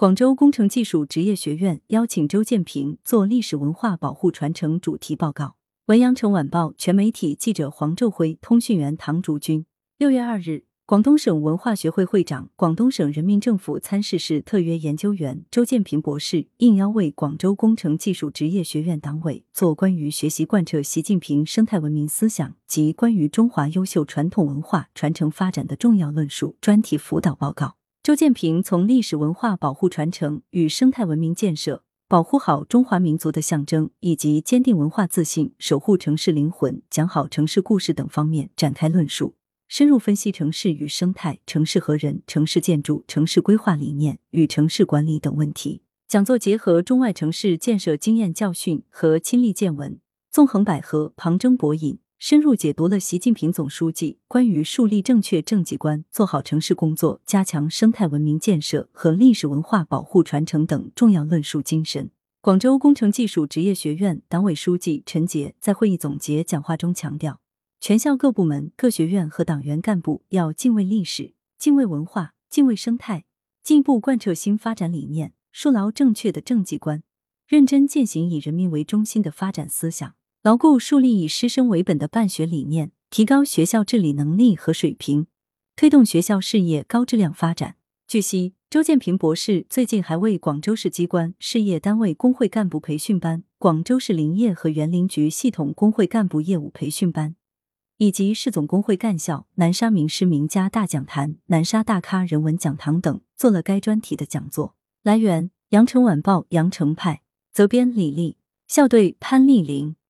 广州工程技术职业学院邀请周建平做历史文化保护传承主题报告。文阳城晚报全媒体记者黄昼辉，通讯员唐竹君。6月2日，广东省文化学会会长、广东省人民政府参事室特约研究员周建平博士应邀为广州工程技术职业学院党委做关于学习贯彻习近平生态文明思想及关于中华优秀传统文化传承发展的重要论述专题辅导报告。周建平从历史文化保护传承与生态文明建设、保护好中华民族的象征以及坚定文化自信、守护城市灵魂、讲好城市故事等方面展开论述，深入分析城市与生态、城市和人、城市建筑、城市规划理念与城市管理等问题。讲座结合中外城市建设经验教训和亲历见闻，纵横捭阖，旁征博引，深入解读了习近平总书记关于树立正确政绩观、做好城市工作、加强生态文明建设和历史文化保护传承等重要论述精神。广州工程技术职业学院党委书记陈杰在会议总结讲话中强调，全校各部门、各学院和党员干部要敬畏历史、敬畏文化、敬畏生态，进一步贯彻新发展理念，树牢正确的政绩观，认真践行以人民为中心的发展思想，牢固树立以师生为本的办学理念，提高学校治理能力和水平，推动学校事业高质量发展。据悉，周建平博士最近还为广州市机关、事业单位工会干部培训班、广州市林业和园林局系统工会干部业务培训班以及市总工会干校、南沙名师名家大讲坛、南沙大咖人文讲堂等做了该专题的讲座。来源：羊城晚报羊城派，责编李丽，校对潘丽玲。